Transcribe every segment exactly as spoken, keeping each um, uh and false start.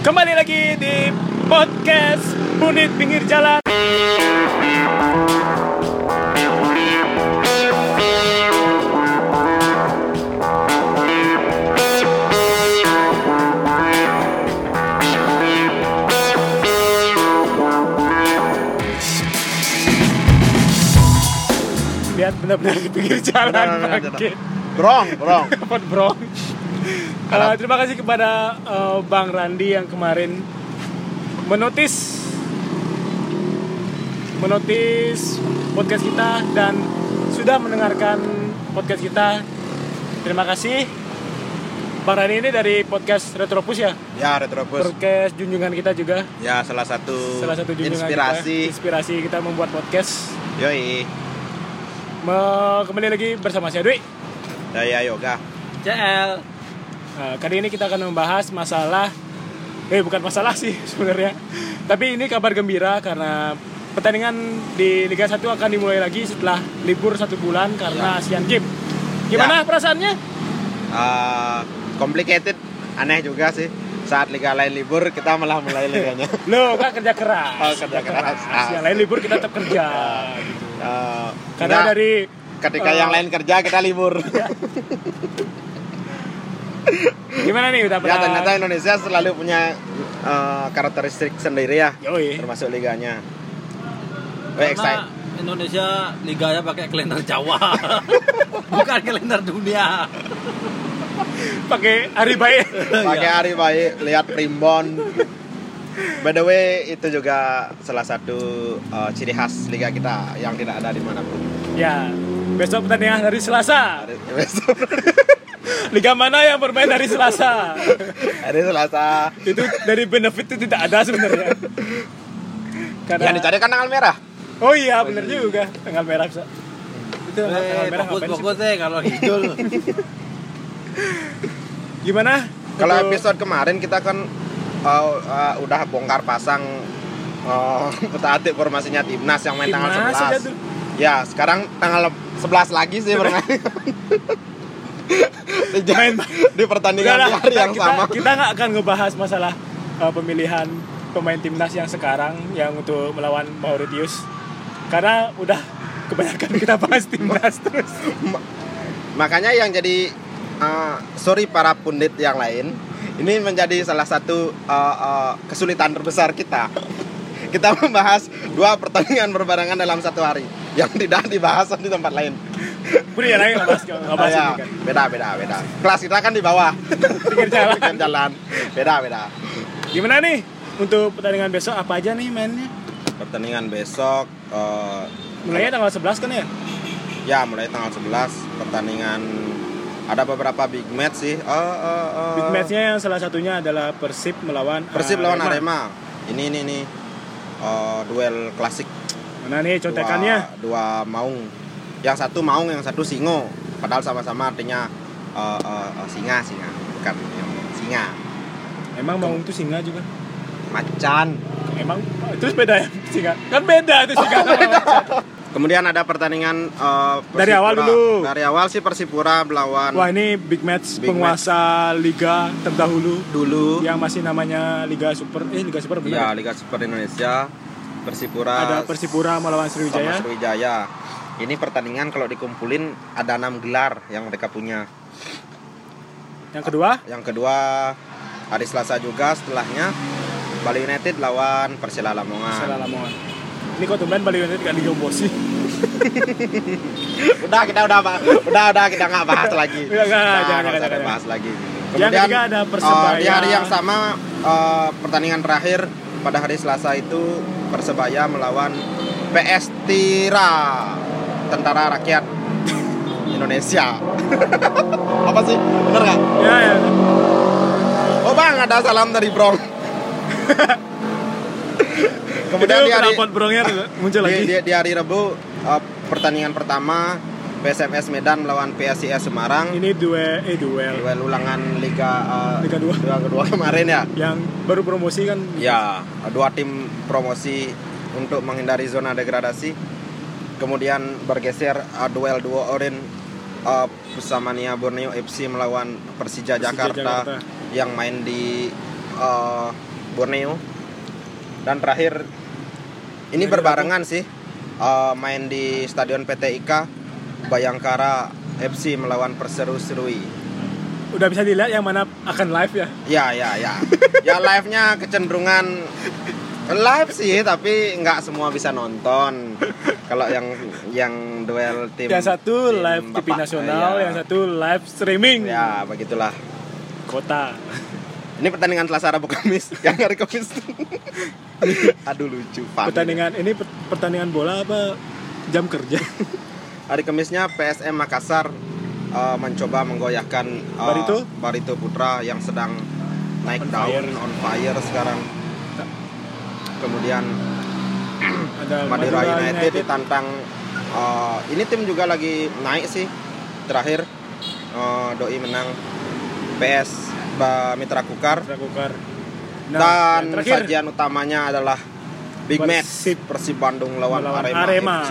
Kembali lagi di podcast Unit Pinggir Jalan. Lihat benar-benar di pinggir jalan, bangkit. Brong, brong. Apa brong? Uh, terima kasih kepada uh, Bang Randi yang kemarin menotis menotis podcast kita dan sudah mendengarkan podcast kita. Terima kasih. Bang Randi ini dari podcast Retropus ya? Ya, Retropus. Podcast junjungan kita juga. Ya, salah satu, salah satu junjungan inspirasi. Kita, inspirasi kita membuat podcast. Yoi. Me- kembali lagi bersama saya Dwi. Saya Yoga. C L. Nah, kali ini kita akan membahas masalah Eh bukan masalah sih sebenarnya. Tapi ini kabar gembira karena pertandingan di Liga satu akan dimulai lagi setelah libur satu bulan karena ya. Asian Games. Gimana ya. Perasaannya? Uh, complicated, aneh juga sih. Saat liga lain libur kita malah mulai liganya. Loh, kan kerja keras. Oh, kerja keras. keras. Yang lain libur kita tetap kerja. gitu. Uh, karena enggak, dari ketika uh, yang lain kerja kita libur. Gimana nih udah pernah? Ya, ternyata Indonesia selalu punya uh, karakteristik sendiri ya. Yoi. Termasuk liganya. Karena Indonesia liganya pakai kalender Jawa. Bukan kalender dunia. Pakai hari baik. Pakai hari baik, lihat primbon. By the way, itu juga salah satu uh, ciri khas liga kita yang tidak ada di manapun. Ya, besok pertandingan hari Selasa. Hari, besok. Liga mana yang bermain hari Selasa? Hari Selasa. Itu dari benefit itu tidak ada sebenarnya. Karena yang dicari kan tanggal merah. Oh iya, benar juga. Tanggal merah bisa. Itu eh, tanggal merah fokus, ngapain fokus sih? deh kalau hijau. Gimana? Kalau Untuk... episode kemarin kita kan uh, uh, udah bongkar pasang uh, peta-atik formasinya timnas yang main timnas tanggal sebelas. Ya, sekarang tanggal sebelas lagi sih bermain. di, main di pertandingan Udah di hari kita, yang kita, sama. Kita nggak akan ngebahas masalah uh, pemilihan pemain timnas yang sekarang yang untuk melawan Mauritius karena udah kebanyakan kita bahas timnas terus. Makanya yang jadi uh, sorry para pundit yang lain, ini menjadi salah satu uh, uh, kesulitan terbesar kita. Kita membahas dua pertandingan berbarengan dalam satu hari yang tidak dibahas di tempat lain. Budi ya lagi nggak bahas nggak bahas ya, ini kan. Beda beda beda. Kelas kita kan di bawah. Pinggir jalan. Pinggir jalan. Beda beda. Gimana nih untuk pertandingan besok apa aja nih mainnya? Pertandingan besok uh, mulainya tanggal sebelas kan ya? Ya, mulai tanggal sebelas. Pertandingan ada beberapa big match sih. Uh, uh, uh, Big match-nya yang salah satunya adalah Persib melawan Persib lawan Arema. Arema. Ini ini nih uh, duel klasik. Mana nih contekannya? Dua, dua maung. Yang satu maung, yang satu singo. Padahal sama-sama artinya uh, uh, uh, singa, singa. Bukan yang singa. Emang maung itu singa juga? Macan. Emang terus beda ya singa? Kan beda itu singa Oh, sama beda. macan. Kemudian ada pertandingan uh, dari awal dulu. Dari awal sih Persipura melawan. Wah, ini big match big penguasa match. Liga terdahulu dulu yang masih namanya Liga Super eh Liga Super benar. Ya, Liga Super Indonesia. Persipura. Ada Persipura melawan Sriwijaya. Sama Sriwijaya. Ini pertandingan kalau dikumpulin ada enam gelar yang mereka punya. Yang kedua? Yang kedua hari Selasa juga setelahnya Bali United lawan Persela Lamongan. Persela Lamongan. Ini kok tumben Bali United gak digombosi. udah kita udah udah udah kita nggak bahas lagi. Udah nggak nah, jangan jangan, jangan bahas lagi. Yang Kemudian ketiga ada Persebaya. Uh, di hari yang sama uh, pertandingan terakhir pada hari Selasa itu Persebaya melawan P S Tira, Tentara Rakyat Indonesia. Apa sih? Bener nggak? Ya ya. Oh bang, ada salam dari Brong. Kemudian itu di hari Brongnya muncul di, lagi. di, di hari Rabu uh, pertandingan pertama P S M S Medan melawan P S I S Semarang. Ini duel eh duel. Duel ulangan Liga uh, Liga dua. Liga kedua kemarin ya. Yang baru promosi kan? Ya, dua tim promosi untuk menghindari zona degradasi. Kemudian bergeser uh, duel dua oren uh, Pusamania Borneo F C melawan Persija, Persija Jakarta, Jakarta yang main di uh, Borneo. Dan terakhir ini Dari berbarengan sih, uh, main di Stadion P T I K Bayangkara F C melawan Perseru Serui. Udah bisa dilihat yang mana akan live ya? Ya ya ya. Ya live-nya kecenderungan live sih, tapi nggak semua bisa nonton. Kalau yang yang duel tim, Yang satu tim live T V Bapak, nasional, ya. yang satu live streaming Ya begitulah. kota. Ini pertandingan Selasa Rabu Kamis, yang hari Kamis. Aduh lucu. fun. Pertandingan ini per- pertandingan bola apa jam kerja? Hari Kamisnya P S M Makassar uh, mencoba menggoyahkan uh, Barito? Barito Putra yang sedang naik On daun, fire. on fire sekarang. Kemudian Ada Madura United ditantang. Uh, ini tim juga lagi naik sih. Terakhir uh, Doi menang P S Ba- Mitra Kukar. Kukar. Dan yang terakhir sajian utamanya adalah Big Match Persib. Persib Bandung lawan, Melawan Arema, Arema. F C.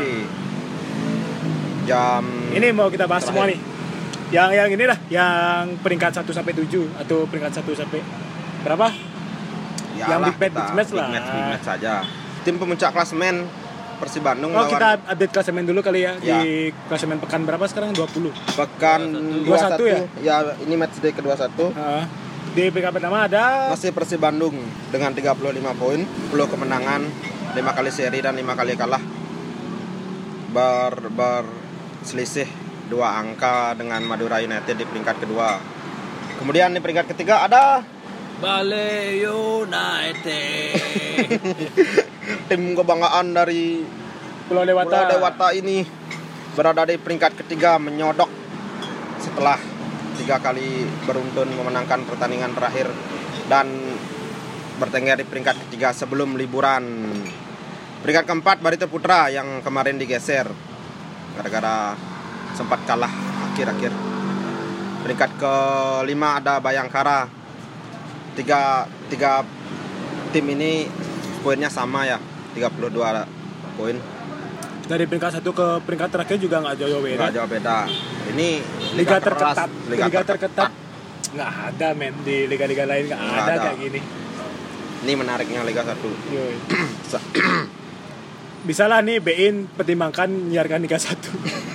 Jam ini mau kita bahas terakhir. semua nih. Yang yang ini lah, yang peringkat satu sampai tujuh atau peringkat satu sampai berapa? yang Yalah, big match, kita big match lah. Big match, big match saja. Tim pemuncak klasemen Persib Bandung Oh, lawan kita update klasemen dulu kali ya, Ya. di klasemen pekan berapa sekarang? dua puluh. pekan dua puluh dua puluh satu satu ya? ya. Ini match day ke dua puluh satu. Heeh. Di peringkat pertama ada Masih Persib Bandung dengan tiga puluh lima poin, sepuluh kemenangan, lima kali seri dan lima kali kalah. Ber berselisih dua angka dengan Madura United di peringkat kedua. Kemudian di peringkat ketiga ada Bale United. tim kebanggaan dari Pulau Dewata. Pulau Dewata ini berada di peringkat ketiga, menyodok setelah tiga kali beruntun memenangkan pertandingan terakhir dan bertengger di peringkat ketiga sebelum liburan. Peringkat keempat Barito Putra yang kemarin digeser gara-gara sempat kalah akhir-akhir. Peringkat kelima ada Bayangkara. Tiga, tiga tim ini poinnya sama ya, tiga puluh dua poin. Dari peringkat satu ke peringkat terakhir juga nggak jauh beda. Nggak jauh beda. Ini Liga, keras, terketat, liga, liga, terketat. Nggak ada men di liga-liga lain nggak Nggak ada, ada. kayak gini. Ini menariknya Liga satu. Yoi. Bisa lah nih B I N pertimbangkan menyiarkan Liga satu.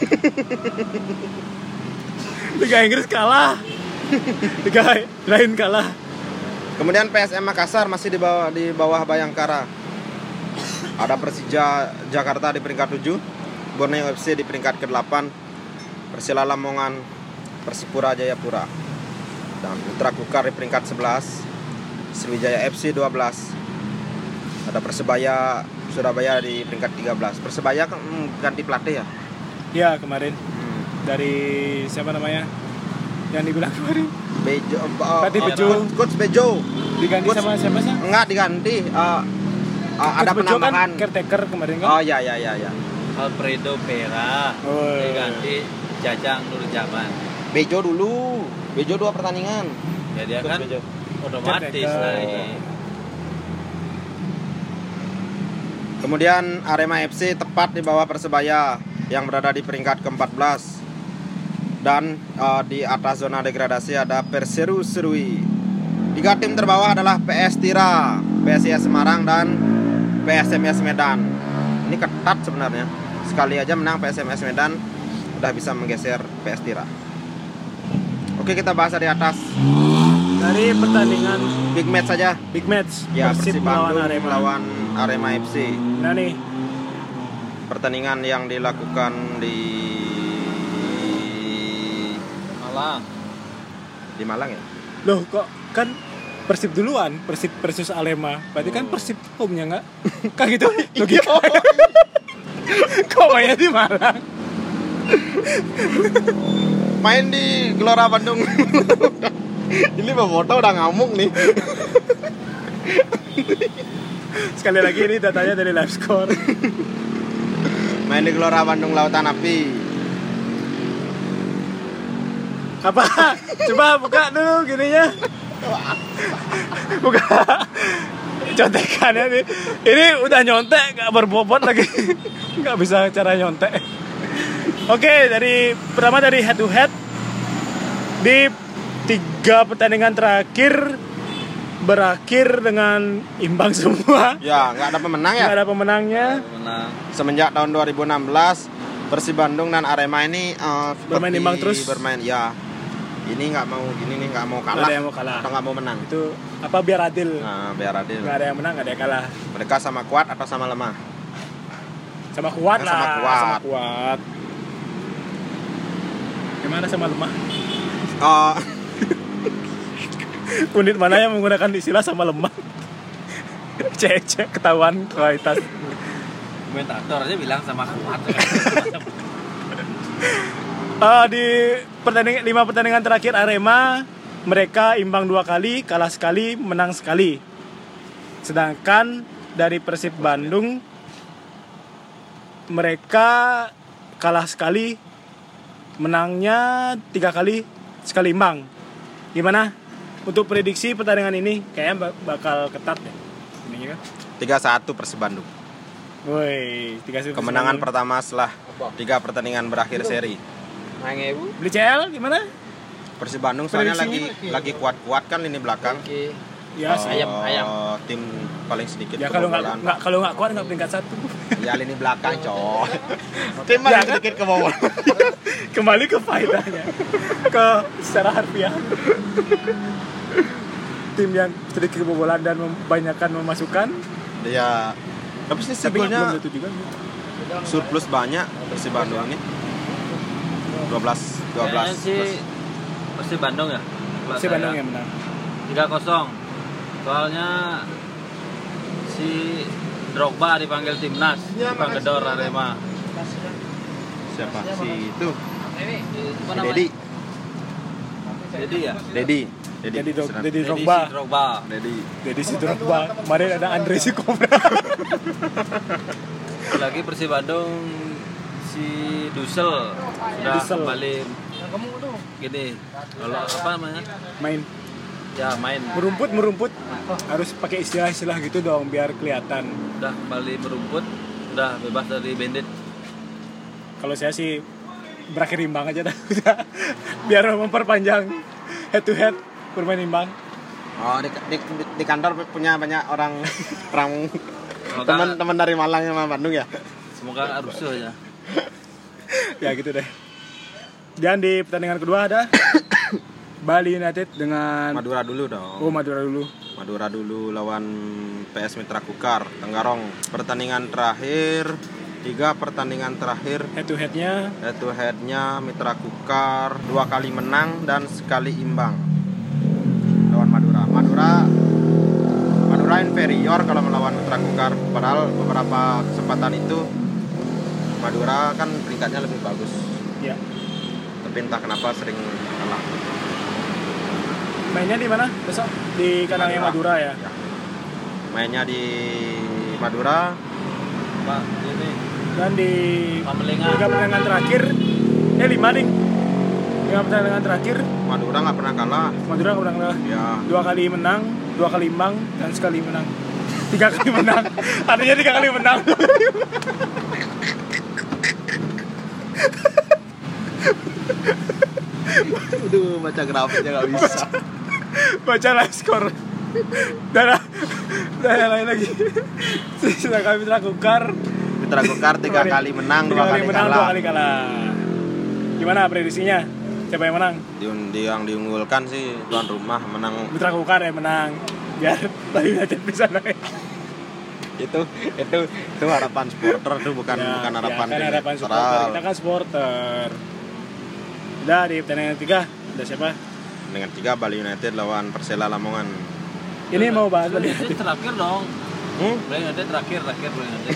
Liga Inggris kalah. Liga lain kalah. Kemudian P S M Makassar masih di bawah di bawah Bayangkara. Ada Persija Jakarta di peringkat tujuh, Borneo F C di peringkat kedelapan, Persela Lamongan, Persipura Jayapura. Dan Mitra Kukar di peringkat sebelas, Sriwijaya F C dua belas. Ada Persebaya Surabaya di peringkat tiga belas. Persebaya kan hmm, ganti pelatih ya? Ya kemarin Hmm. dari siapa namanya? Yang dibilang kemarin Bejo, uh, Pelatih uh, Bejo. Coach, Coach Bejo. diganti Coach- sama siapa sih? Enggak diganti. uh, uh, ada Coach Bejo penambahan. kan caretaker kemarin kan? Oh ya ya ya ya. Alfredo Pera Oh. diganti Jajang Nurjaman. Bejo dulu. Bejo dua pertandingan. Ya dia Coach kan Bejo. otomatis Caretaker. naik. Kemudian Arema F C tepat di bawah Persebaya yang berada di peringkat keempat belas. Dan uh, di atas zona degradasi ada Perseru Serui. Tiga tim terbawah adalah P S Tira, P S I S Semarang dan P S M S Medan. Ini ketat sebenarnya. Sekali aja menang P S M S Medan udah bisa menggeser P S Tira. Oke, kita bahas dari atas. Dari pertandingan Big match saja. big match Ya, Persib Persib melawan Bandung Arema. melawan Arema F C. Nah nih, Pertandingan yang dilakukan di Malang. di Malang ya. loh kok kan Persib duluan, Persib versus Arema. Berarti kan Persib home-nya nggak? Kan gitu logika. Kok mainnya di Malang? Main di Gelora Bandung. Ini pemoto udah ngamuk nih. Sekali lagi ini datanya dari live score. Main di Gelora Bandung Lautan Api. Apa? Coba buka dulu gininya. Buka. Contekannya nih. Ini udah nyontek, gak berbobot lagi. Gak bisa cara nyontek. Oke, dari pertama dari head to head di tiga pertandingan terakhir berakhir dengan imbang semua. Ya, nggak ada pemenang ya. Nggak ada pemenangnya. Menang. Semenjak tahun dua ribu enam belas Persib Bandung dan Arema ini uh, Bermain seperti imbang terus. Bermain ya. Ini nggak mau gini nih nggak mau Nggak kalah. ada yang mau kalah. Atau nggak mau menang. Itu apa biar adil. Nah, biar adil. Nggak ada yang menang, nggak ada yang kalah. Mereka sama kuat atau sama lemah? Sama kuat Ya, lah. sama kuat. Sama kuat. Gimana sama lemah? Oh, Unit mana yang menggunakan istilah sama lemah? Cek-cek ketahuan kualitas. Komentator aja bilang sama kuat. Uh, di pertandingan lima pertandingan terakhir Arema, mereka imbang dua kali, kalah sekali, menang sekali. Sedangkan dari Persib Bandung, mereka kalah sekali, menangnya tiga kali, sekali imbang. Gimana? Untuk prediksi pertandingan ini, kayaknya bakal ketat ya. Ini kan? tiga satu Persib Bandung. Woi, tiga satu. Kemenangan pertama setelah tiga pertandingan berakhir seri. Beli C L gimana? Persib Bandung soalnya lagi Prediksinya? lagi kuat-kuat kan lini belakang. Ya, Oh, ayam, ayam. Tim paling sedikit Ya kalau nggak kebobolan. nggak kalau nggak kuat nggak peringkat satu. Ya lini belakang, coy. Tim paling Ya kan? sedikit kebobolan. Kembali ke faedahnya, ke secara harfiah. Tim yang sedikit kebobolan dan membanyakkan memasukkan, Ya, tapi sih tapi belum golnya tentu juga. surplus banyak Persib Bandung ini. dua belas dua belas. Kayaknya sih Persib Bandung ya. Kalau Persib saya Bandung yang menang. tiga kosong. Soalnya si Drogba dipanggil timnas, Panggedor Arema. Siapa? Si itu. Apa Si namanya? Dedi. Dedi ya? Dedi. Dedi. Jadi Dro- Sedap. jadi Dedi Drogba, si Drogba. Dedi. jadi si Drogba. Kemarin ada Andre si Cobra. Lagi Persib Bandung si Dusel sudah Dusel. kembali gini. Kalau apa namanya? Main Ya main. merumput merumput harus pakai istilah-istilah gitu dong biar kelihatan. Udah kembali merumput, udah bebas dari bandit. Kalau saya sih berakhir imbang aja dah. Biar memperpanjang head to head bermain imbang. Oh, di, di, di, di kantor punya banyak orang orang Semoga, teman-teman dari Malang sama Bandung ya. semoga rusuh aja. Ya gitu deh. Dan di pertandingan kedua ada Bali United dengan Madura dulu dong. Oh Madura dulu. Madura dulu lawan P S Mitra Kukar Tenggarong. Pertandingan terakhir, tiga pertandingan terakhir Head to headnya head to headnya Mitra Kukar dua kali menang dan sekali imbang lawan Madura. Madura Madura inferior kalau melawan Mitra Kukar. Padahal beberapa kesempatan itu Madura kan peringkatnya lebih bagus. ya. Tapi entah kenapa sering kalah. Mainnya di mana besok? Di kandangnya Madura ya. Ya. Mainnya di Madura. Pak, ini Dan di Pamelingan. tiga pertandingan terakhir eh lima nih. Lima pertandingan terakhir Madura nggak pernah kalah. Madura nggak pernah kalah. Ya. Dua kali menang, dua kali imbang dan sekali menang. Tiga kali menang. Artinya tiga kali menang. Aduh, baca grafiknya nggak bisa. Baca live score. Dan dan yang lain lagi. Sudah kami telah kukar. Mitra Kukar tiga kali menang, dua Tiga kali menang, kalah. dua kali kalah. Gimana prediksinya? Siapa yang menang? Di- di- yang diunggulkan sih tuan rumah menang. Mitra Kukar yang menang. Biar Bali United bisa naik. itu itu itu harapan supporter itu bukan Ya, bukan harapan ya, kan tim harapan supporter. elektoral. Kita kan supporter. Udah di pertandingan ketiga ada siapa? Dengan tiga Bali United lawan Persela Lamongan. Ini mau bahas Bali Ini United. terakhir dong. Hmm? Bali United terakhir, terakhir Bali United.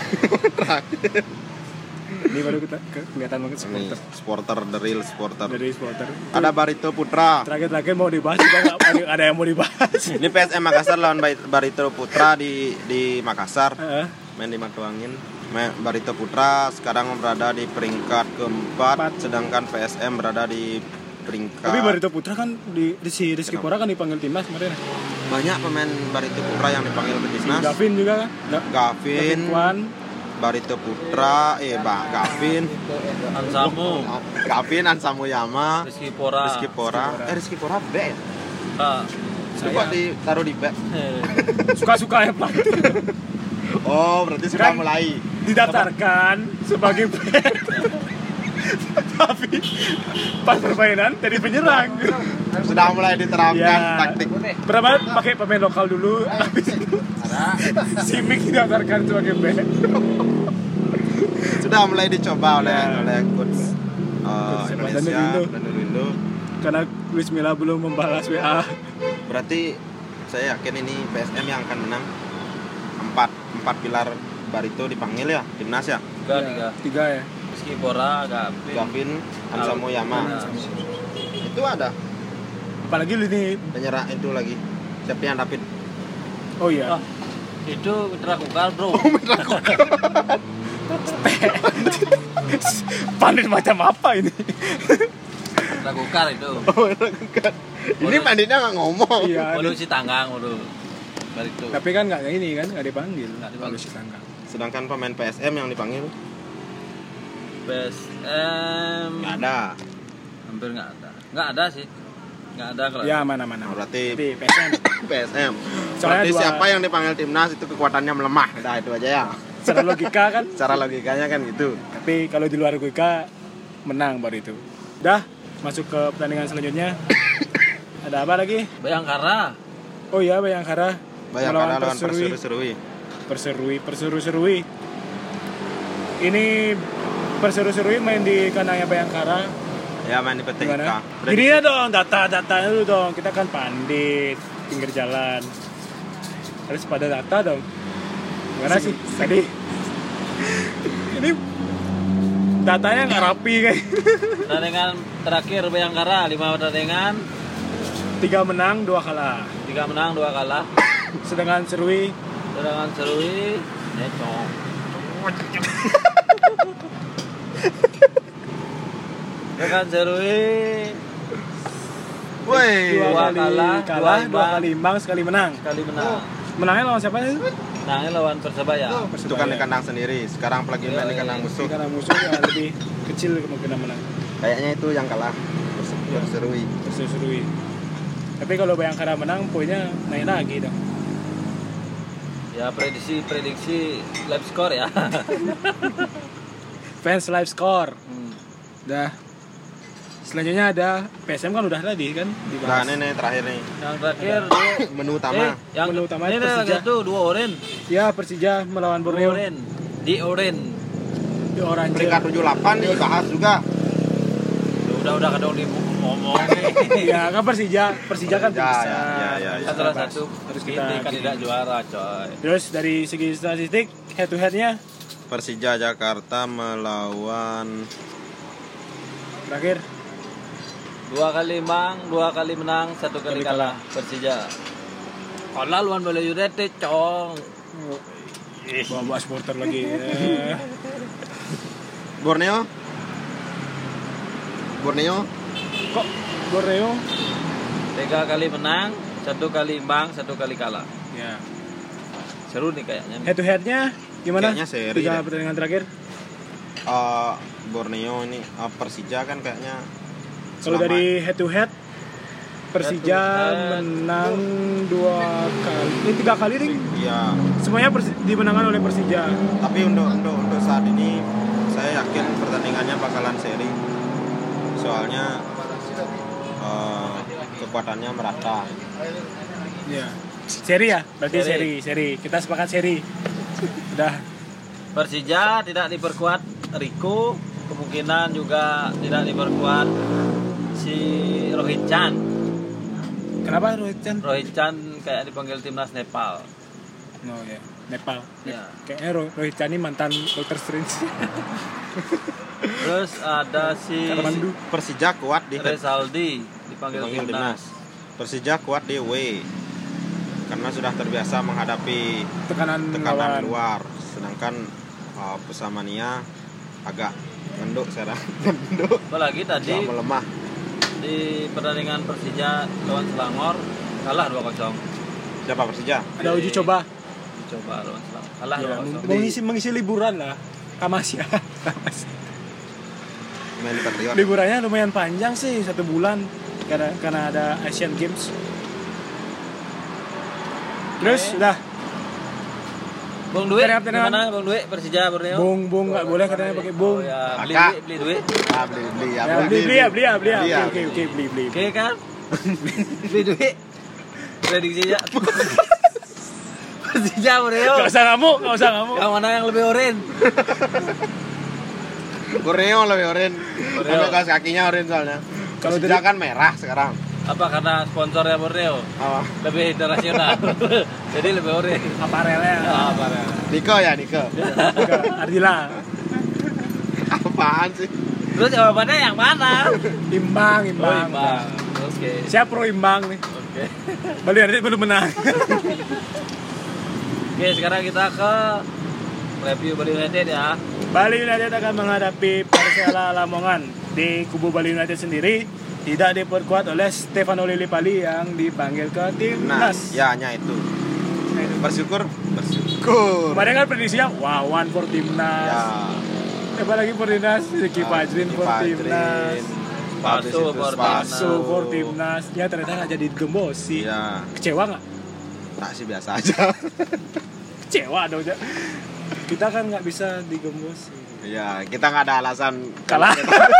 Ini baru kita ke- kelihatan banget Ini supporter supporter the real supporter. dari supporter. Ada Barito Putra. Terakhir-terakhir mau dibahas juga nggak ada, ada yang mau dibahas. Ini P S M Makassar lawan Bai- Barito Putra di di Makassar. Heeh. Main di Matuangin. Ma- Barito Putra sekarang berada di peringkat keempat, Empat. sedangkan P S M berada di peringkat. Tapi Barito Putra kan di, di si Rizky Pora kan dipanggil timnas kemarin. Banyak pemain Barito Putra yang dipanggil ke Si timnas. Gavin juga kan. Ga- Gavin, Kwan. Barito Putra, eh Mbak Gavin, Ansamu, Gavin Ansamuyama, Rizky Pora. Rizky Pora. Eh Rizky Pora B ya? Ah, Itu kok ditaruh di bag? Suka-suka ya pelatih. Oh, berarti sudah Kan mulai didaftarkan sebagai back. Tapi pas permainan jadi penyerang. sudah mulai diterapkan Ya. taktik. Pertama pakai pemain lokal dulu, habis itu Simic didaftarkan sebagai back. Sudah mulai dicoba oleh Ya. oleh coach uh, Coach Indonesia Danurindo. dan Danurindo. Karena Luis Milla belum membalas W A. Berarti saya yakin ini P S M yang akan menang. Empat empat pilar Barito dipanggil ya timnas ya. Tiga, tiga. Tiga ya. Meski Bora, Gavin. Gavin, Hansa Moyama. Nah, Itu ada Apalagi ini. penyerang itu lagi. Septian David. Oh iya. Ah, itu Mitra Kukar, bro. Panen macam apa ini? Mitra Kukar itu. Oh, ini panditnya nggak ngomong. Iya. Waduh si Tanggang, waduh. Barito. Tapi kan nggak ini kan nggak dipanggil. Nggak dipanggil. Kalau si Tanggang. Sedangkan pemain P S M yang dipanggil P S M nggak ada. hampir nggak ada. Nggak ada sih. Nggak ada kalau. Ya mana-mana. Nah, berarti Tapi P S M. P S M. Soalnya Berarti dua- siapa yang dipanggil timnas itu kekuatannya melemah. Udah itu aja ya. Secara logika kan. Secara logikanya kan gitu. Tapi kalau di luar logika menang baru itu. Udah masuk ke pertandingan selanjutnya. Ada apa lagi? Bayangkara. Oh iya Bayangkara. Bayangkara lawan Perserui. Perserui. Perserui, Perseru-serui. Ini Perseru-serui main di kandangnya Bayangkara. Ya main di P T I K. Gimana? Prediksi- Gini ya dong, data-data dulu dong. Kita kan pandit, pinggir jalan. Harus pada data dong. Gimana sih tadi? Ini datanya nggak rapi kayak. Pertandingan terakhir Bayangkara lima pertandingan, Tiga menang, dua kalah. tiga menang, dua kalah. Sedangkan Serui Sedangkan Serui necong. Sedangkan Serui Woi. dua, Dua kali kalah, kalah, dua dua imbang. kali imbang, sekali menang. sekali menang. Menangnya lawan siapa sih? Menangnya lawan Persebaya. Itu kan di kandang sendiri. Sekarang apalagi main di Iya, kandang iya. musuh. Karena musuh ya lebih kecil kemungkinan menang. Kayaknya itu yang kalah. Perse- Perserui. Perseru-serui. Tapi kalau Bayangkara menang, poinnya naik lagi dong. Ya prediksi prediksi live score ya. Fans live score. Hmm. Udah. Selanjutnya ada P S M kan udah tadi kan Nah, dibahas. ini nih terakhir nih. Yang terakhir dua- Menu utama. Eh, yang Menu utama ini Persija. lagi tuh dua oren. Ya Persija melawan Dua Borneo oren. Di oren. di Orange. Peringkat tujuh puluh delapan dibahas juga. Udah udah kadang di ngomong nih. Ya kan Persija, Persija kan Persija, bisa. ya, ya, ya, ya. Salah satu Harus kita ini kandidat juara coy. Terus dari segi statistik head to headnya Persija Jakarta melawan terakhir Dua kali imbang, dua kali menang, satu kali Kali kalah. Persija. Kalah lawan Bali United, cong. bawa-bawa supporter lagi. Eh, Borneo. Borneo Kok Borneo? Tiga kali menang, satu kali imbang, satu kali kalah. Ya. Seru nih kayaknya. nih. Head to headnya gimana? Kayaknya seri Tiga deh. pertandingan terakhir. eh, Borneo ini eh, Persija kan kayaknya Kalau selama- dari head to head Persija Head to head. menang dua kali, ini tiga kali nih. Iya, Semuanya Persi- dimenangkan oleh Persija. tapi untuk untuk untuk saat ini saya yakin pertandingannya bakalan seri. Soalnya eh, kekuatannya merata. Ya. Seri ya? Berarti seri. Seri. seri, Kita sepakat seri. Udah. Persija tidak diperkuat Riko, kemungkinan juga tidak diperkuat si Rohit Chan. Kenapa Rohit Chan? Rohit Chan kayak dipanggil timnas Nepal. Oh ya, Nepal. Ya. Kayaknya Ro- Rohit Chan ini mantan Doctor Strange. Terus ada si Kathmandu. Persija kuat di Resaldi dipanggil dipanggil timnas. timnas. Persija kuat di away karena sudah terbiasa menghadapi Tekanan, tekanan lawan. luar. Sedangkan uh, Pusamania agak ngenduk sekarang. Ngenduk. Apalagi tadi Agak melemah. di pertandingan Persija lawan Selangor kalah dua kosong. Siapa Persija? Ada uji coba. Coba lawan Selangor. Kalah Ya, dua kosong. mengisi mengisi liburan lah. Kamasya. Kamasya. Main di Patriot. Liburannya lumayan panjang sih, satu bulan karena karena ada Asian Games. Terus Oke. udah Bung Duit, Cari pertandingan. gimana Bung Duit Persija Borneo? bung bung nggak boleh katanya pakai bung. Oh ya, beli Kakak. duit, beli duit. Ah, beli beli ya. Ya, beli beli ya beli ya beli ya. Beli ya, Oke oke beli. oke beli beli. Oke kan? beli duit. Prediksinya. Persija Borneo. Gak usah ngamuk, gak usah ngamuk. Yang mana yang lebih oren? Borneo lebih oren. Borneo. Sampai kaos kakinya oren soalnya. Kalau Kalau dari- kan merah sekarang. Apa karena sponsornya Borneo? Oh. Lebih internasional. Jadi lebih oren. Aparelnya. Ah, apa ya? Niko ya Niko. Ardila. Apaan sih? Terus jawabannya yang mana? Imbang, Oh, imbang. imbang. Oke. Siapa pro imbang nih? Oke. Bali United belum menang. Oke, sekarang kita ke review Bali United ya. Bali United akan menghadapi Persela Lamongan. Di kubu Bali United sendiri tidak diperkuat oleh Stefano Lillipali yang dipanggil ke Nah, timnas. ya hanya itu. Nah, itu. Bersyukur, bersyukur. Kemarin kan prediksinya Wawan for timnas. Ya. Siapa lagi for timnas? Ricky Ah, Fajrin for Fajrin. timnas. Habis Pasu itu for Spaso. Pasu for timnas. Ya ternyata nggak jadi gembosi. Ya, Kecewa nggak? tak sih biasa aja. Kecewa dong. Ja. Kita kan nggak bisa digembos. Ya, kita nggak ada alasan Kalah.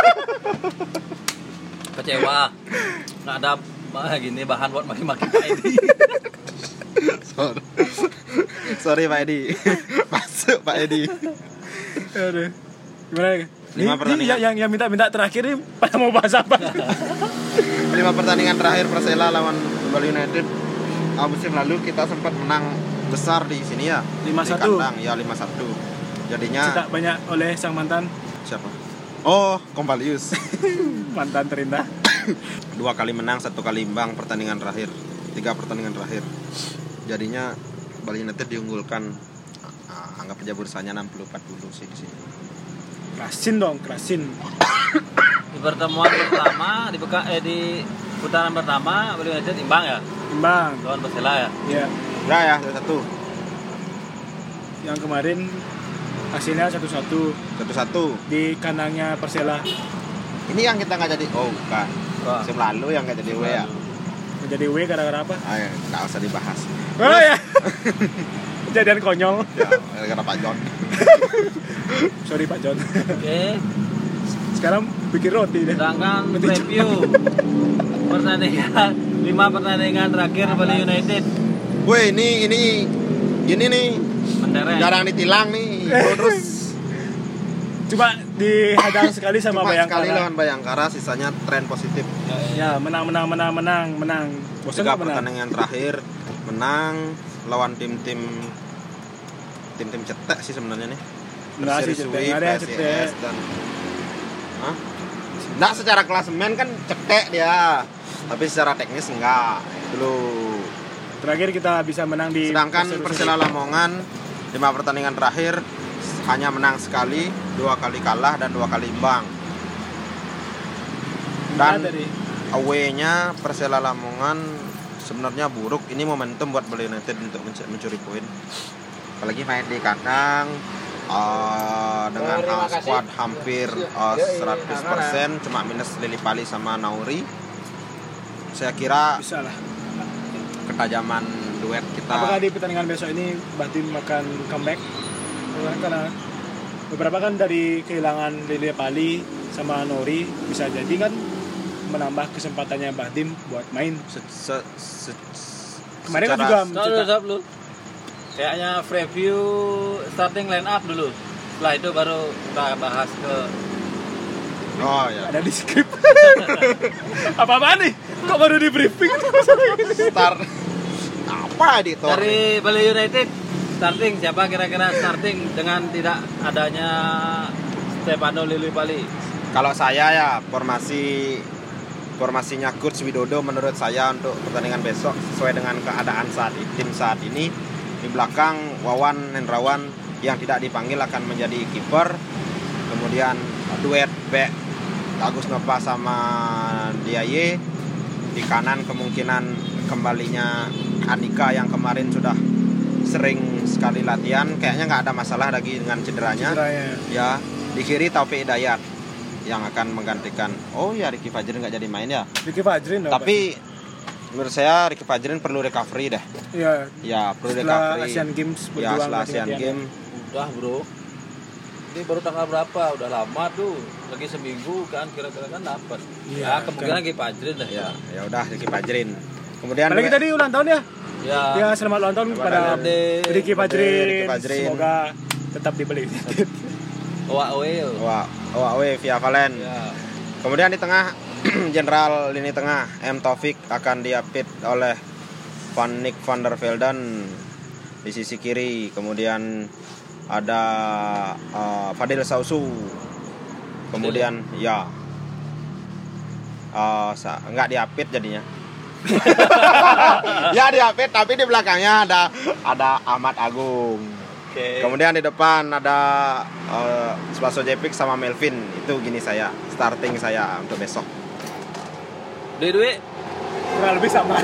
Kecewa. Nggak ada bah, gini bahan buat maki-maki Pak Edi. Sorry. Sorry Pak Edi. Masuk Pak Edi. Aduh. Gimana ya? Lima Ini- pertandingan. ini yang yang minta-minta terakhir nih pada mau bahas apa? Lima pertandingan terakhir Persela lawan Bali United. Ah, musim lalu kita sempat menang besar di sini ya. lima Di satu. kandang, ya lima satu. Jadinya Cetak banyak oleh sang mantan siapa? Oh, Kompalius. mantan terindah. Dua kali menang, satu kali imbang pertandingan terakhir. Tiga pertandingan terakhir. Jadinya Bali United diunggulkan, ah, anggap aja bursanya enam puluh empat puluh sih di sini. Kerasin dong, kerasin. Di pertemuan pertama di beka, eh, di putaran pertama Bali United imbang ya Imbang. lawan Persela ya. Ya, Ya ya, satu yang kemarin hasilnya satu satu satu satu. di kandangnya Persela. Ini yang kita nggak jadi. Oh bukan. Wah. Musim lalu yang nggak jadi W ya. Menjadi W gara-gara apa? Ayo, nggak usah dibahas. Oh ya. Kejadian konyol. Ya, gara-gara Pak John. Sorry Pak John. Oke. Sekarang bikin roti deh. Sedangkan Roti review pertandingan lima pertandingan terakhir Bali United Woi, ini ini ini nih mentereng. jarang ditilang nih. Terus Coba dihadang sekali sama cuma Bayangkara. sekali lawan Bayangkara, sisanya tren positif. Ya, menang menang menang menang menang. Bosan Tiga nggak menang? pertandingan terakhir menang lawan tim-tim tim-tim cetek sih sebenarnya nih. Nggak sih, Persisui, cetek. Nggak ada yang P S I S cetek. dan Hah? Nggak, secara klasemen kan cetek dia. Tapi secara teknis enggak. Dulu. Terakhir kita bisa menang di Sedangkan Persela- Persela Lamongan lima pertandingan terakhir hanya menang sekali, dua kali kalah dan dua kali imbang. Gimana Dan tadi? away-nya Persela Lamongan sebenarnya buruk. Ini momentum buat Bali United untuk menc- mencuri poin. Apalagi main di kandang uh, dengan Terima uh, kasih. squad hampir uh, seratus persen, cuma minus Lillipali sama Nauri. Saya kira Bisa lah. ketajaman duet kita. Apakah di pertandingan besok ini Batim akan comeback? Karena beberapa kan dari kehilangan Lillipali sama Nori bisa jadi kan menambah kesempatannya Batim buat main. Se- se- se- Kemarin kan secara- juga Stop dulu, stop dulu. Kayaknya preview starting line up dulu. Setelah itu baru kita bahas ke Oh ya. ada di skrip. Apa-apaan nih? Kok baru di briefing? Start apa editor? dari Bali United starting siapa kira-kira starting dengan tidak adanya Stefano Lillipali. Kalau saya ya formasi formasinya Coach Widodo menurut saya untuk pertandingan besok sesuai dengan keadaan saat ini, tim saat ini. Di belakang Wawan Hendrawan yang tidak dipanggil akan menjadi kiper. Kemudian duet back Agus Nova sama Diaye. Di kanan kemungkinan kembalinya Andika yang kemarin sudah sering sekali latihan, kayaknya nggak ada masalah lagi dengan cederanya. Cederanya. Ya, di kiri Taufik Hidayat yang akan menggantikan. Oh ya, Ricky Fajrin nggak jadi main ya. Ricky Fajrin dong, Tapi menurut saya Ricky Fajrin perlu recovery dah. Iya. Ya, perlu Setelah recovery. Asian Games Ya, berjuang setelah mati-matian. Asian Games. Udah bro. Ini baru tanggal berapa? Udah lama tuh. Lagi seminggu kan kira-kira kan dapat. Iya, Ya kemungkinan kan. Ricky Fajrin dah Ya, ya. ya udah Ricky Fajrin. Kemudian Apalagi tadi ulang tahun ya. Ya. Ya, selamat ulang tahun Selamat kepada birthday. Ricky Fajrin. Ricky Fajrin. Semoga tetap dibeli. Oa Oil. Wah, Wah, Via Valen. Ya. Kemudian di tengah Jenderal lini tengah M Taufik akan diapit oleh Van Nick van der Velden di sisi kiri. Kemudian ada uh, Fadil Sausu. Kemudian ya uh, sa- nggak diapit jadinya. Ya diapit tapi di belakangnya ada ada Ahmad Agung. Oke. Kemudian di depan ada uh, Spaso Jepik sama Melvin. Itu gini saya starting saya untuk besok. Duit duit. Kurang lebih sama.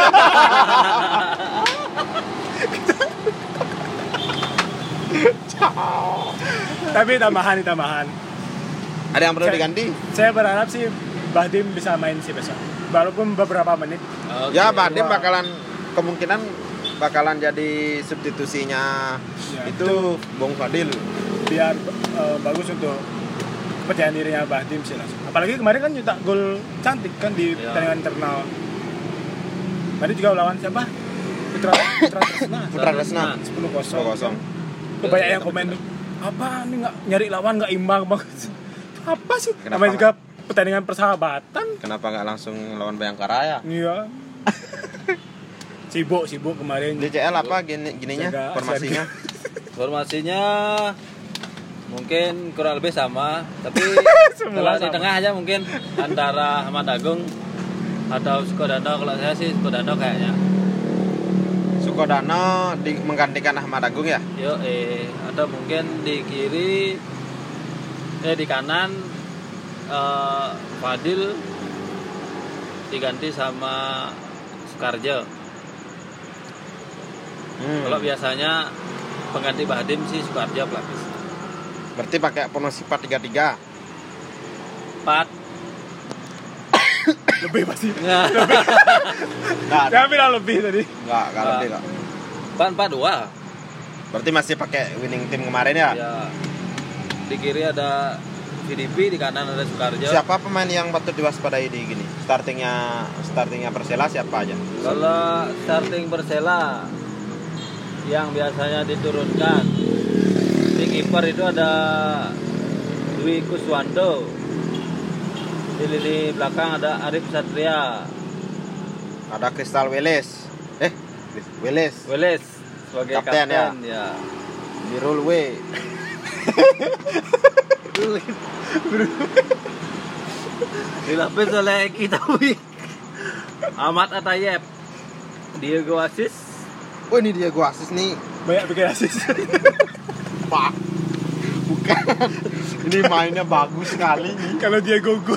Tapi tambahan nih tambahan. Ada yang perlu Saya- diganti? Saya berharap sih Bahdim bisa main sih besok. Walaupun beberapa menit. Oke. Ya, Badim Wah. bakalan kemungkinan bakalan jadi substitusinya Ya, itu Bung Fadil. biar eh, bagus untuk kepercayaan dirinya Bahdim sih langsung. Apalagi kemarin kan nyetak gol cantik kan di Ya. pertandingan internal. Tadi juga lawan siapa? Putra Putra Tresna. Putra Tresna. sepuluh kosong. sepuluh kosong. Tuh banyak yang komen apa nih nggak nyari lawan nggak imbang banget. Itu apa sih? Kenapa Namanya juga pertandingan persahabatan. Kenapa nggak langsung lawan Bayangkara ya? Iya. Sibuk sibuk kemarin. Di C L apa gini gininya Jaga formasinya? Formasinya mungkin kurang lebih sama, tapi Semua kalau di sama. tengah aja mungkin antara Ahmad Agung atau Sukodano. Kalau saya sih Sukodano kayaknya. Sukodano di, menggantikan Ahmad Agung ya? Yo eh atau mungkin di kiri eh di kanan eh, Fadil diganti sama Sukarjo. Hmm. Kalau biasanya pengganti Bahdim sih Sukarjo pelapis. Berarti pakai formasi empat tiga tiga. Empat. Lebih pasti. Nah, Enggak, Saya bilang lebih tadi. enggak, enggak lebih kok. empat empat dua. Berarti masih pakai winning team kemarin ya? Ya. Di kiri ada V D P, di kanan ada Sukarjo. Siapa pemain yang patut diwaspadai di gini? Startingnya startingnya Persela siapa aja? Kalau starting Persela yang biasanya diturunkan di kiper itu ada Dwi Kuswanto, di lini belakang ada Arif Satria, Ada Crystal Weles. Eh, Weles. Weles sebagai Kapten, kapten, ya? ya. Birul W. Dilapis oleh Eki Tawi, Ahmad Atayeb, Diego Asis. Oh, ini dia gua asis nih. Banyak bikin asis. Pak. Bukan. Ini mainnya bagus sekali nih. Kalau dia gugur.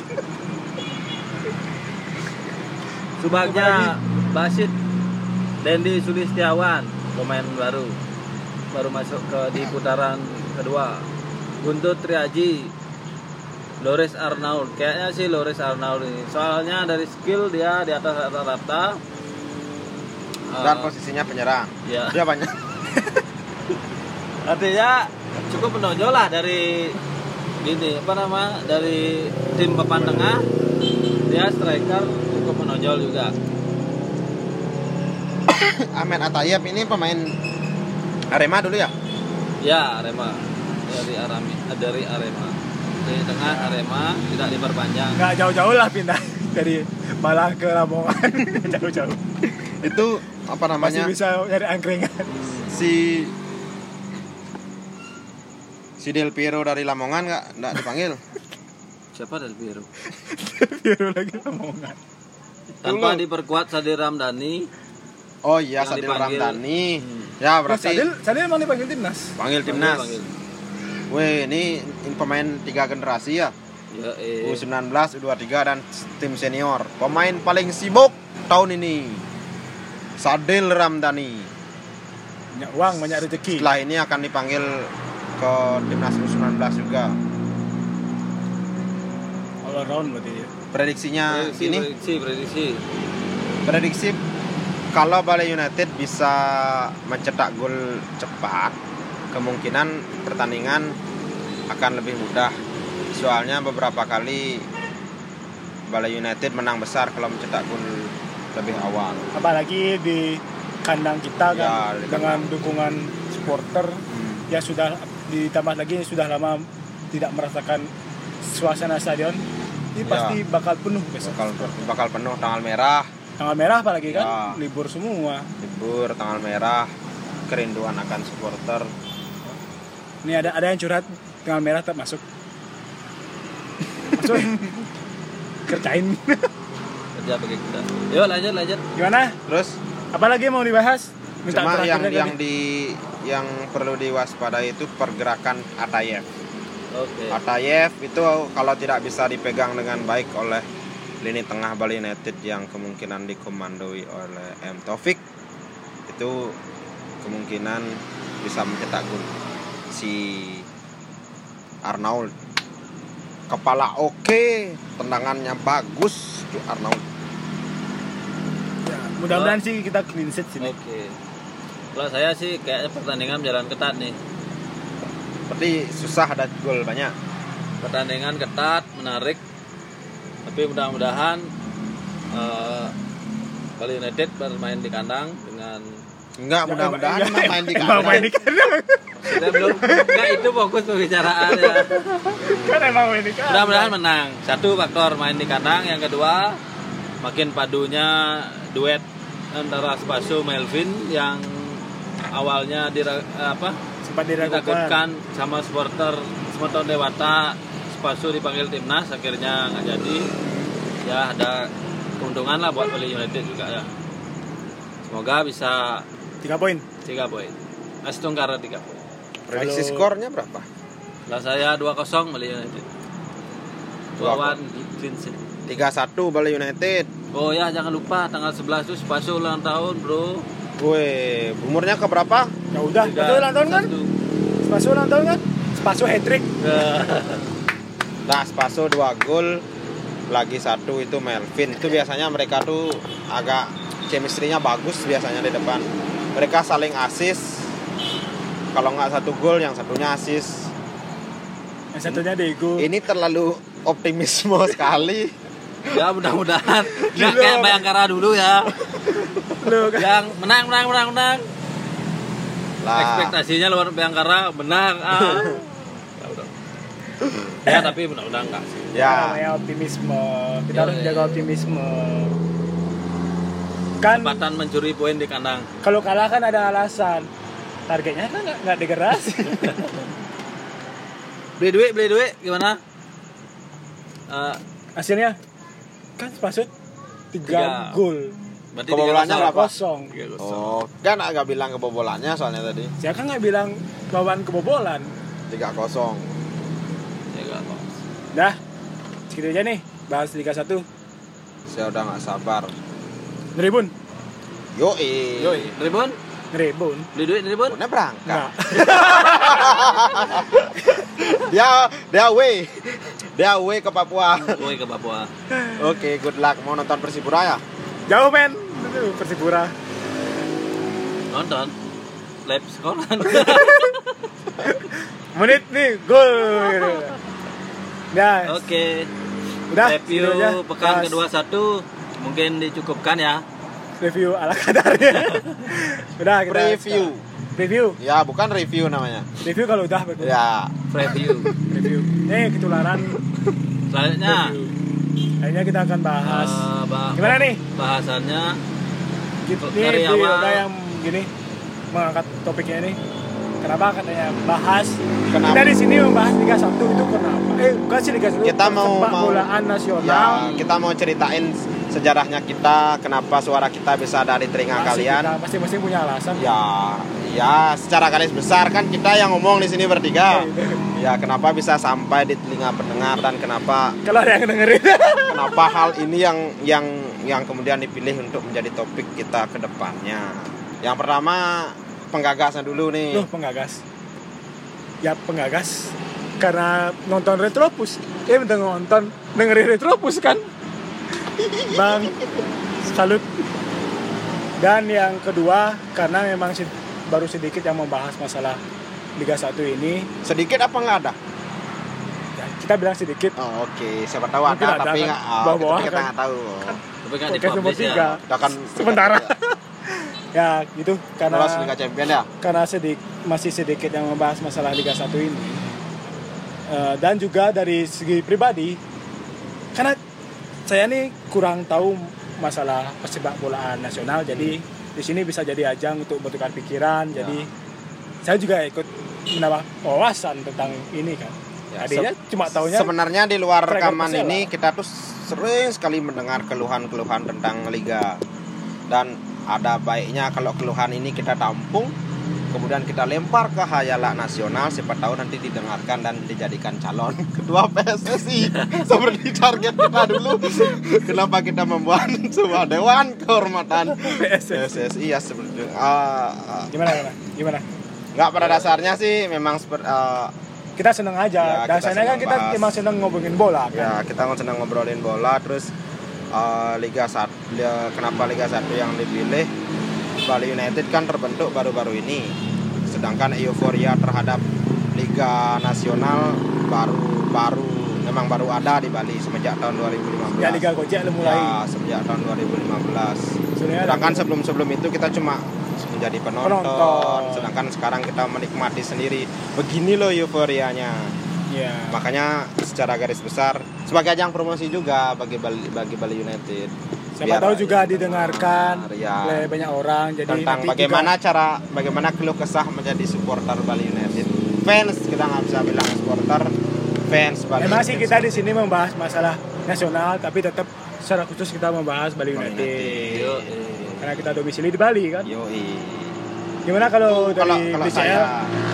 Subagnya Basit, Dendi Sulistiawan, pemain baru baru masuk ke di putaran kedua. Guntur Triaji, Loris Arnaud, kayaknya sih Loris Arnaud ini. Soalnya dari skill dia di atas rata-rata. Dan Eh, posisinya penyerang. ya. Dia banyak. Artinya cukup menonjol lah dari gini apa nama dari tim papan tengah, dia striker cukup menonjol juga. Ahmed Atayeb ini pemain Arema dulu ya? Ya, Arema dari Arami dari Arema di tengah Arema tidak diperpanjang. Nggak jauh-jauh lah pindah dari Malang ke Lamongan. Jauh-jauh. Itu apa namanya? Masih bisa nyari angkringan. Si Si Del Piero dari Lamongan nggak nggak dipanggil? Siapa dari Biru? Biru lagi Lamongan. Tanpa Dulu. diperkuat Sadir Ramdhani. Oh iya, Yang Sadil dipanggil. Ramdhani. Hmm. Ya Terus berarti Sadil, Sadil emang dipanggil timnas. panggil timnas. Panggil. Weh, ini, ini pemain tiga generasi ya. Ya, eh. U sembilan belas, U dua puluh tiga dan tim senior. Pemain paling sibuk tahun ini. Sadil Ramdhani. Banyak uang, banyak rezeki. Setelah ini akan dipanggil ke timnas U sembilan belas juga. All around berarti ya. Prediksinya Prediksi, ini prediksi, prediksi. Prediksi kalau Bali United bisa mencetak gol cepat, kemungkinan pertandingan akan lebih mudah. Soalnya beberapa kali Bali United menang besar kalau mencetak gol lebih awal. Apalagi di kandang kita kan, Ya, di dengan kandang. dukungan supporter Hmm. yang sudah ditambah lagi sudah lama tidak merasakan suasana stadion. Ini Ya. pasti bakal penuh besok. Bakal bakal penuh tanggal merah, Tanggal merah apalagi kan, Ya. libur semua. libur tanggal merah, kerinduan akan supporter. Ini ada ada yang curhat tanggal merah tak masuk. Masuk. Kerjain. Kerja bagi kita. Yuk lanjut lanjut. Gimana? Terus Apalagi mau dibahas? Minta cuma yang terakhirnya yang tadi. di yang perlu diwaspadai itu pergerakan Atayev. Oke. Atayev itu kalau tidak bisa dipegang dengan baik oleh lini tengah Bali United yang kemungkinan dikomandoi oleh M Taufik, itu kemungkinan bisa mencetak gol. Si Arnaud kepala oke, tendangannya bagus tuh Arnaud. Ya, mudah-mudahan sih kita clean sheet sini. Oke. Kalau saya sih kayaknya pertandingan jalan ketat nih. Berarti susah ada gol banyak. Pertandingan ketat, menarik. Tapi mudah-mudahan uh, Bali United bermain di kandang dengan Enggak, mudah-mudahan Enggak, main di emang kandang. main di kandang. kita belum enggak itu fokus pembicaraan ya. Kan emang main di kandang. Mudah-mudahan menang. Satu faktor main di kandang, yang kedua makin padunya duet antara Spaso Melvin yang awalnya dira, apa sempat diragukan. ditakutkan sama supporter Smeton Dewata. Spaso dipanggil timnas, akhirnya nggak jadi. Ya ada keuntungan lah buat Bali United juga ya. Semoga bisa tiga poin. tiga poin. Astung Kara tiga poin. Prediksi Kalau- skornya berapa? Lah saya dua kosong Bali United. Lawan clean sheet. tiga satu Bali United. Oh ya, jangan lupa tanggal sebelas itu Spaso ulang tahun, Bro. Woi, umurnya ke berapa? Ya udah, Tiga, betul ulang tahun kan? satu. Spaso ulang tahun kan? Spaso hat-trick. Nah, Spaso dua gol, lagi satu itu Melvin. Itu biasanya mereka tuh agak chemistry-nya bagus biasanya di depan. Mereka saling assist. Kalau nggak satu gol, yang satunya assist. Yang satunya Diego. Ini terlalu optimisme sekali. Ya mudah-mudahan nggak Gila. kayak Bayangkara dulu ya. Loh, kan? Yang menang menang menang menang. Lah, Ekspektasinya lawan Bayangkara menang. Ah. Ya, udah. Ya tapi mudah-mudahan enggak sih. ya, Namanya optimisme. Kita Ya, harus ya, jaga ya. optimisme. Kan Kesempatan mencuri poin di kandang. kalau kalah kan ada alasan. Targetnya kan nggak nggak degradasi. Beli duit, beli duit gimana? Eh, Hasilnya kan Spaso Tiga. tiga gol. berarti Kebobolannya tiga berapa? Kosong. Tiga kosong. oh, kan agak bilang kebobolannya soalnya tadi Saya kan nggak bilang lawan kebobolan. tiga kosong. Tiga kosong. Dah, segitu aja nih bahas Liga satu. Saya udah nggak sabar. Neribun, Yoi. Yoi, Ribon, neribun. beli duit Ribon. Udah berangkat. Nggak. Dia dia away. Dia away ke Papua. Woi ke Papua. Oke, good luck. Mau nonton Persipura ya? Jauh men, Aduh, Persipura. Nonton. Live sekolah. Menit nih, gol. Gitu. Ya, Oke. udah. Review segitu aja. pekan Bahas kedua satu mungkin dicukupkan ya. Review ala kadarnya. Udah kita Preview. Review, Ya, bukan review namanya. review kalau udah bagus. Ya, Review. Review. Nih ketularan. Selanjutnya Review. Akhirnya kita akan bahas. eh, bah- Gimana nih? bahasannya Gitu, dari nih, awal. Yoga yang gini mengangkat topiknya ini. Kenapa katanya bahas? Kenapa? Kita di sini membahas Liga satu itu kenapa? Eh, bukan sih Liga satu. Kita mau- sepak mau- bolaan nasional. ya kita mau ceritain sejarahnya kita, kenapa suara kita bisa ada di telinga Masih kalian. kita masing-masing punya alasan. Ya, ya secara garis besar kan kita yang ngomong di sini bertiga. Ya, kenapa bisa sampai di telinga pendengar dan kenapa Kalau ada yang dengerin. kenapa hal ini yang yang yang kemudian dipilih untuk menjadi topik kita ke depannya. Yang pertama penggagasnya dulu nih. Loh, penggagas. Ya penggagas karena nonton Retropus. Eh bentar nonton dengerin Retropus kan. Bang, Salut. Dan yang kedua, karena memang si- baru sedikit yang membahas masalah Liga satu ini. Sedikit apa nggak ada? Ya, kita bilang sedikit. Oh, oke, okay. Siapa tahu Mungkin ada, ada, tapi kan? nggak. Oh, Bawah-bawah kita kita kan? nggak tahu. Tapi kan Podcast nomor dipublish tiga. ya. Kita akan Sementara. Ya, gitu. Karena lolos Liga Champion ya. karena sedik, masih sedikit yang membahas masalah Liga satu ini. Uh, dan juga dari segi pribadi, karena saya nih kurang tahu masalah persepak bolaan nasional, jadi di sini bisa jadi ajang untuk bertukar pikiran. Ya. Jadi saya juga ikut menambah wawasan tentang ini kan. Ya, Tadinya se- cuma taunya Sebenarnya di luar Striker rekaman Persela. ini kita tuh sering sekali mendengar keluhan-keluhan tentang liga. Dan ada baiknya kalau keluhan ini kita tampung, kemudian kita lempar ke Hayala Nasional, siapa tahu nanti didengarkan dan dijadikan calon ketua P S S I seperti target kita dulu. Kenapa kita membuat sebuah dewan kehormatan P S S I. P S S I ya seperti uh, uh, Gimana gimana? Gimana? nggak pada dasarnya sih memang seperti uh, Kita seneng Ya, aja. kita Dasarnya kan seneng kita bahas. emang seneng ngomongin bola kan. ya kita mau senang ngobrolin bola. Terus uh, Liga satu, kenapa Liga satu yang dipilih? Bali United kan terbentuk baru-baru ini, sedangkan euforia terhadap Liga Nasional baru-baru memang baru ada di Bali semenjak tahun dua ribu lima belas. Ya Liga Gojek udah mulai. Ya, semenjak tahun dua ribu lima belas. Sebenarnya Sedangkan sebelum-sebelum itu kita cuma menjadi penonton, Penonton. sedangkan sekarang kita menikmati sendiri. Begini loh euforianya. ya. Makanya secara garis besar sebagai ajang promosi juga bagi Bali, bagi Bali United. Siapa Biar tahu juga didengar, didengarkan ya, oleh banyak orang. Jadi tentang nanti bagaimana juga, cara bagaimana keluh kesah menjadi supporter Bali United. Fans, kita nggak bisa bilang supporter, fans Bali memang United. sih kita di sini membahas masalah nasional, tapi tetap secara khusus kita membahas Bali Bali United. United. Yo, Karena kita domisili di Bali kan. Yoi. Gimana kalau Tuh, kalau dari kalau B C L? saya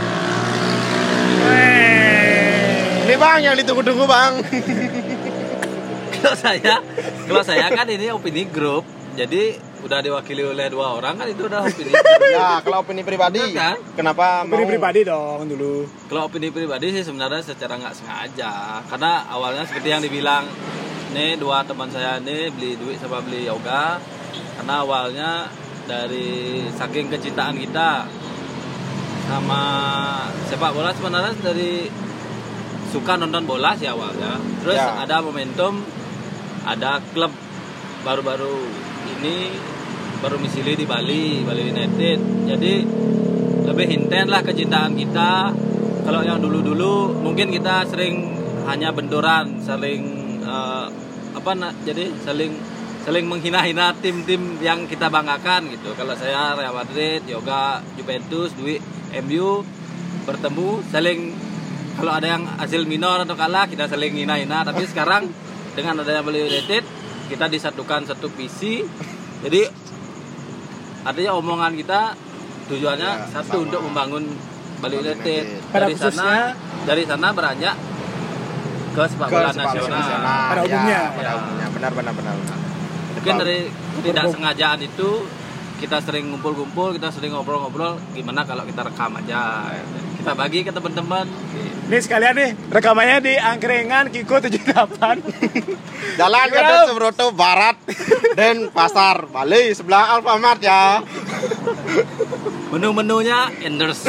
ini bang yang ditunggu-tunggu bang. kalau saya, kalau saya kan ini opini grup, jadi udah diwakili oleh dua orang kan itu udah opini grup. Ya kalau opini pribadi, Kan? kenapa Opini mau? pribadi dong dulu. Kalau opini pribadi sih sebenarnya secara nggak sengaja, karena awalnya seperti yang dibilang, nih dua teman saya ini beli duit sama beli yoga, karena awalnya dari saking kecintaan kita sama sepak bola sebenarnya dari suka nonton bola sih awalnya. Terus Ya. ada momentum, ada klub baru-baru ini baru misili di Bali, Bali United. Jadi lebih intens lah kecintaan kita. Kalau yang dulu-dulu mungkin kita sering hanya bendoran, saling eh, apa na, jadi saling saling menghina-hina tim-tim yang kita banggakan gitu. Kalau saya Real Madrid, Yoga, Juventus, Dwi, M U bertemu saling, kalau ada yang hasil minor atau kalah kita saling hina-hina. Tapi sekarang dengan adanya Bali United kita disatukan satu visi. Jadi artinya omongan kita tujuannya Ya, satu sama. untuk membangun Bali Bali United. United. Pada Dari khususnya- sana dari sana beranjak ke sepak Ke bola sepak bola nasional. Pada umumnya. ya, pada Ya. umumnya benar benar benar. Mungkin dari tidak Berbom. sengajaan itu kita sering ngumpul-ngumpul, kita sering ngobrol-ngobrol, gimana kalau kita rekam aja, kita bagi ke teman-teman. Ini sekalian nih rekamannya di Angkringan Kiko tujuh puluh delapan. Jalan Gimana, Gatot Om? Subroto Barat dan Pasar Bali sebelah Alfamart ya. Menu-menunya endorse.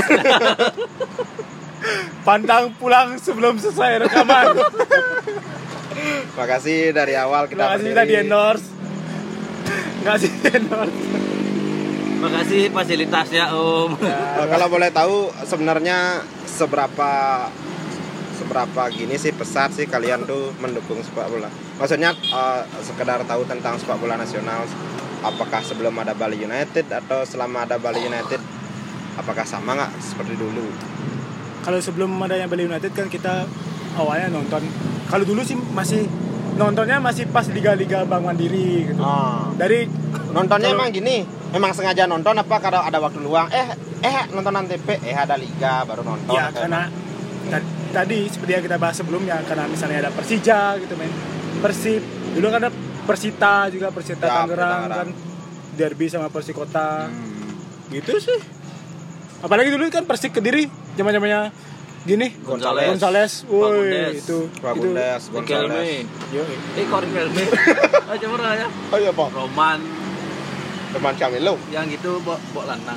Pantang pulang sebelum selesai rekaman. Makasih dari awal kita Terima kasih kita di berdiri. endorse. Nggak sih di endorse. Makasih fasilitasnya Om. Eh, kalau boleh tahu sebenarnya seberapa seberapa gini sih pesat sih kalian tuh mendukung sepak bola? Maksudnya eh, sekedar tahu tentang sepak bola nasional. Apakah sebelum ada Bali United atau selama ada Bali United? Apakah sama nggak seperti dulu? Kalau sebelum adanya Bali United kan kita awalnya nonton. Kalau dulu sih masih nontonnya masih pas liga-liga Bank Mandiri gitu. Oh. Dari Nontonnya Kalau- emang gini, memang sengaja nonton apa kalau ada waktu luang? Eh, eh nontonan T V, eh ada liga baru nonton. ya atau karena ta- tadi seperti yang kita bahas sebelumnya, karena misalnya ada Persija gitu men, Persib, dulu kan ada Persita juga, Persita Ya, Tangerang Tangerang. kan, derby sama Persikota Hmm. gitu sih. Apalagi dulu kan Persik Kediri zaman zamannya Gini, Gonzales. Gonzales, woi Fagundes. itu, Fagundes, Riquelme. Gonzales. itu, yo, Eh, kok Riquelme? Ah, coba ya. Oh iya, Pak. Roman Teman Camilo. yang gitu bok bok lanang.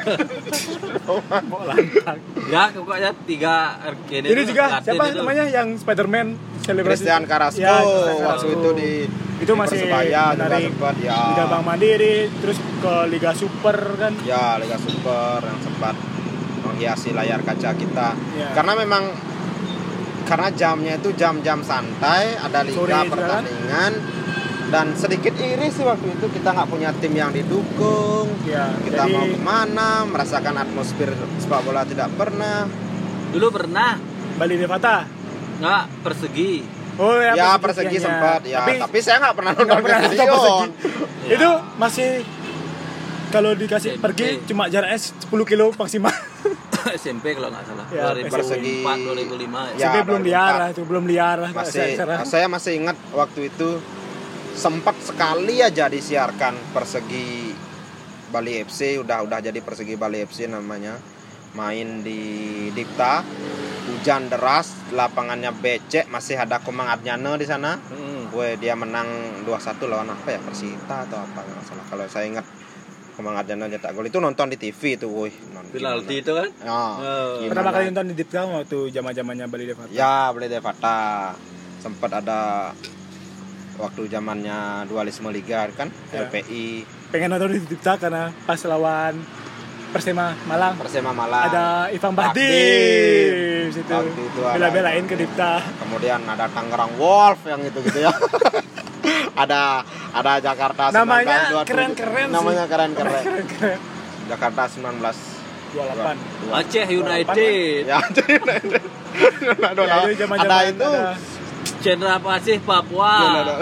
mau lantang. Ya, pokoknya tiga ini, Ini tuh, juga Latin siapa itu. namanya yang Spider-Man selebrasi Christian Carrasco Ya, Christian waktu Carrasco. itu di Itu di masih Persebaya juga menarik. sempat ya. Liga Bank Mandiri, terus ke Liga Super kan. Ya, Liga Super yang sempat menghiasi layar kaca kita. Ya. Karena memang karena jamnya itu jam-jam santai, ada liga Sore juga kan? pertandingan dan sedikit iris sih waktu itu kita nggak punya tim yang didukung. Ya, Kita jadi mau kemana, merasakan atmosfer sepak bola tidak pernah. Dulu pernah Bali Devata. nggak persegi. Oh ya, Ya persegi persegi sempat ya, Tapi, tapi, saya nggak pernah nggak nonton pernah nonton stadion. persegi. Ya. Itu masih kalau dikasih Oke, pergi oke. cuma jaraknya sepuluh kilo maksimal. S M P kalau nggak salah. Ya, dua ribu empat, persegi. dua ribu lima. Ya, Sampai belum dua ribu empat. liarah itu, belum liarah. Masih Saya- saya masih ingat waktu itu sempat sekali aja disiarkan persegi Bali F C, udah udah jadi persegi Bali F C namanya, main di Dipta, hujan deras, lapangannya becek, masih ada Komang Adnyane di sana. Hmm. Weh, dia menang dua satu lawan apa ya, Persita atau apa nggak salah. Kalau saya ingat Komang Adnyane nyetak gol itu nonton di T V itu, woi. Penalti itu kan? Ya, Oh. gimana? Pertama kali nonton di Dipta waktu zaman-zamannya Bali Devata. Ya, Bali Devata. Sempat ada waktu zamannya dualisme liga kan, Ya. L P I, Pengen nonton di Dipta karena pas lawan Persema Malang Persema Malang. ada Ivan Bahdim Bahdim. situ. Waktu itu ada- Bela-belain ke Dipta. Kemudian ada Tangerang Wolf yang gitu-gitu ya. ada ada Jakarta Namanya sembilan belas dua puluh tujuh. keren-keren sih. Namanya keren-keren. Keren-keren. Jakarta sembilan belas dua puluh delapan. Aceh United. Ya, jadi ada, Ya, itu zaman-zaman ada itu. ada- Cendera Pasir Papua. Ada.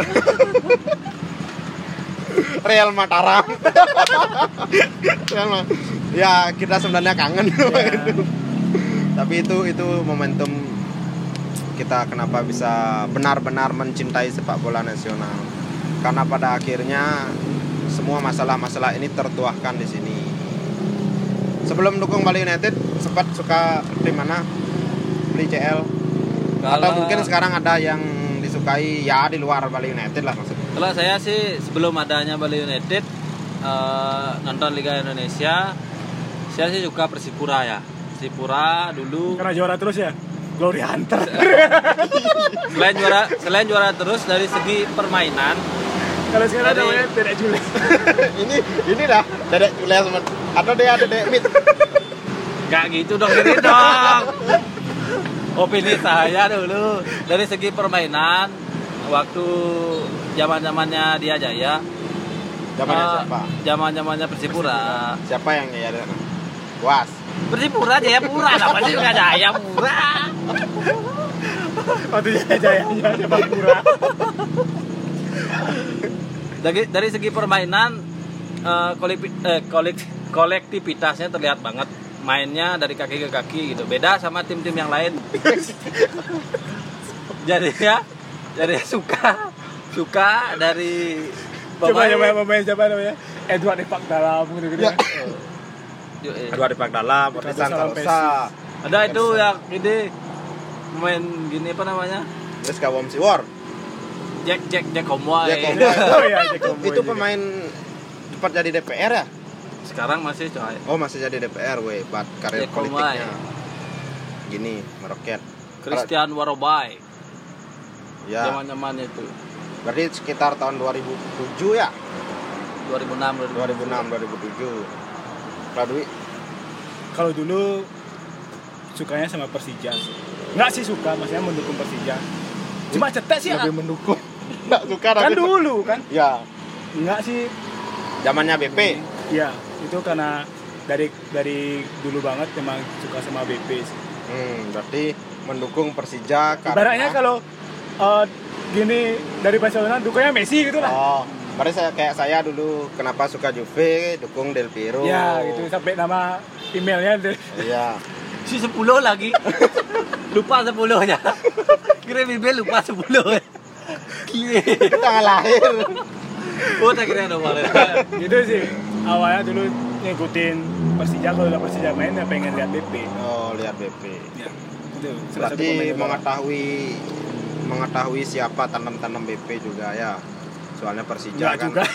Real Mataram. Real Ma- ya, kita sebenarnya kangen. Ya. Tapi itu itu momentum kita kenapa bisa benar-benar mencintai sepak bola nasional. Karena pada akhirnya semua masalah-masalah ini tertuahkan di sini. Sebelum dukung Bali United sempat suka tim mana? Beli C L. Atau Kalau- mungkin sekarang ada yang disukai ya di luar Bali United lah maksudnya. Kalau saya sih sebelum adanya Bali United eh, nonton Liga Indonesia, saya sih suka Persipura ya. Persipura dulu Karena juara terus ya. Glory Hunter. selain juara selain juara terus dari segi permainan, Kalau sekarang Dari- namanya tidak Jules. ini ini dah Dedek Julius teman. Atau dia Dedek Mit. nggak gitu dong ini dong. Opini saya dulu dari segi permainan waktu zaman zamannya dia Jaya, Zamannya eh, siapa? zaman zamannya Persipura. Siapa yang ya ada? Was. Persipura Jayapura, apa sih nggak Jayapura? Waktu jaya-jayanya Sepak Pura. Dari, dari segi permainan eh, kolekti- eh, kolek- kolektivitasnya terlihat banget, mainnya dari kaki ke kaki gitu, beda sama tim-tim yang lain. Jadi ya, jadi suka suka dari Coba pemain. coba pemain siapa namanya? Edward Depak dalam gitu-gitu. Ya. Yo, eh. Dua di Pak Dalam, Ricardo Ortisan Salampesi. Kalosa, Ada itu yang ini pemain gini apa namanya? Rizka Womsi War. Jack Jack Jack Komwai. Jack Komwai. Oh iya, Jack Itu, Komwai itu juga. pemain cepat jadi D P R ya? Sekarang masih coy. Oh masih jadi D P R, weh, buat karir Jack Komwai. politiknya. Gini, meroket. Christian Warobai. Ya, Zaman-zaman itu. berarti sekitar tahun dua ribu tujuh ya? dua ribu enam dua ribu enam, dua ribu tujuh. Kalau Dwi, Kalau dulu sukanya sama Persija sih. Enggak sih suka, maksudnya mendukung Persija. Cuma cetek sih. lebih mendukung. Nggak suka Kan tapi- dulu kan. Ya, Enggak sih. zamannya B P. Iya, itu karena dari dari dulu banget memang suka sama B P sih. Hmm, berarti mendukung Persija karena Ibaratnya kalau eh, gini dari Barcelona dukungnya Messi gitu lah. Oh, berarti saya kayak saya dulu kenapa suka Juve, dukung Del Piero. Ya, gitu sampai nama emailnya deh. Iya. Si sepuluh lagi. Lupa sepuluhnya. Kira Bibil lupa sepuluh. Kira. Tanggal lahir. Oh, tak kira nomornya. Gitu sih. Awalnya dulu ngikutin Persija, kalau udah Persija main ya pengen lihat B P. Oh, lihat B P. Ya. Itu salah satu Berarti pemain utama. mengetahui mengetahui siapa tanam-tanam B P juga ya. Soalnya Persija Enggak kan. juga.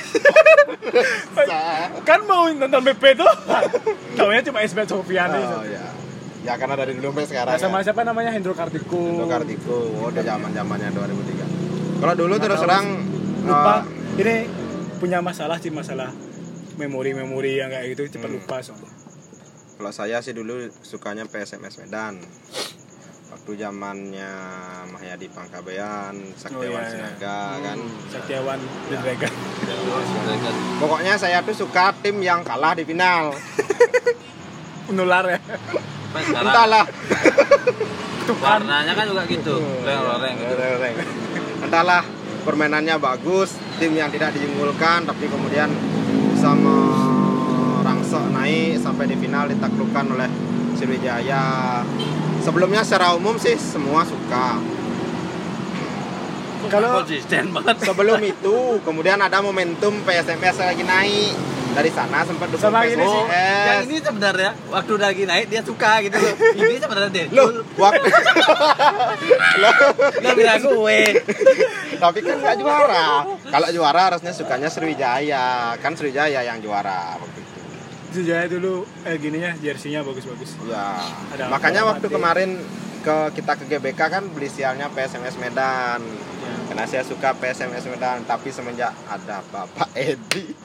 Kan mau nonton B P tuh. Taunya cuma Ismet Sofiani. Oh ya. Ya karena dari dulu sampai sekarang. Nah, sama ya. siapa namanya Hendro Kartiko. Hendro Kartiko. Oh, udah zaman-zamannya dua ribu tiga. Kalau dulu Nggak terus tahu terang lupa. eh, Ini punya masalah sih, masalah memori-memori yang kayak gitu cepat Hmm. lupa soalnya. kalau saya sih dulu sukanya P S M S Medan. Waktu zamannya Mahyadi Pangkabean, Saktiawan Oh, iya, iya. Sinaga kan. Saktiawan The Dragon. Pokoknya saya tuh suka tim yang kalah di final. Menular ya. Sampai sekarang Entahlah. warnanya kan juga gitu, loreng-loreng gitu. Loreng. Entahlah permainannya bagus, tim yang tidak diunggulkan tapi kemudian bisa merangsek naik sampai di final ditaklukkan oleh Sriwijaya. Sebelumnya secara umum sih semua suka. Kalau Konsisten banget. Sebelum itu kemudian ada momentum P S M S lagi naik. Dari sana sempat dukung Sama ini sih, Oh, yang P S M S. ini sebenarnya waktu udah lagi naik dia suka gitu loh. Ini sebenarnya dia. Loh, waktu Loh, Lo bilang gue. tapi kan nggak juara. Kalau juara harusnya sukanya Sriwijaya. Kan Sriwijaya yang juara waktu itu. Sejaya dulu eh gininya jersinya bagus-bagus. Ya. Ada Makanya Bapak waktu Mati. kemarin ke kita ke G B K kan beli sialnya P S M S Medan. Karena saya suka P S M S Medan, tapi semenjak ada Bapak Edi.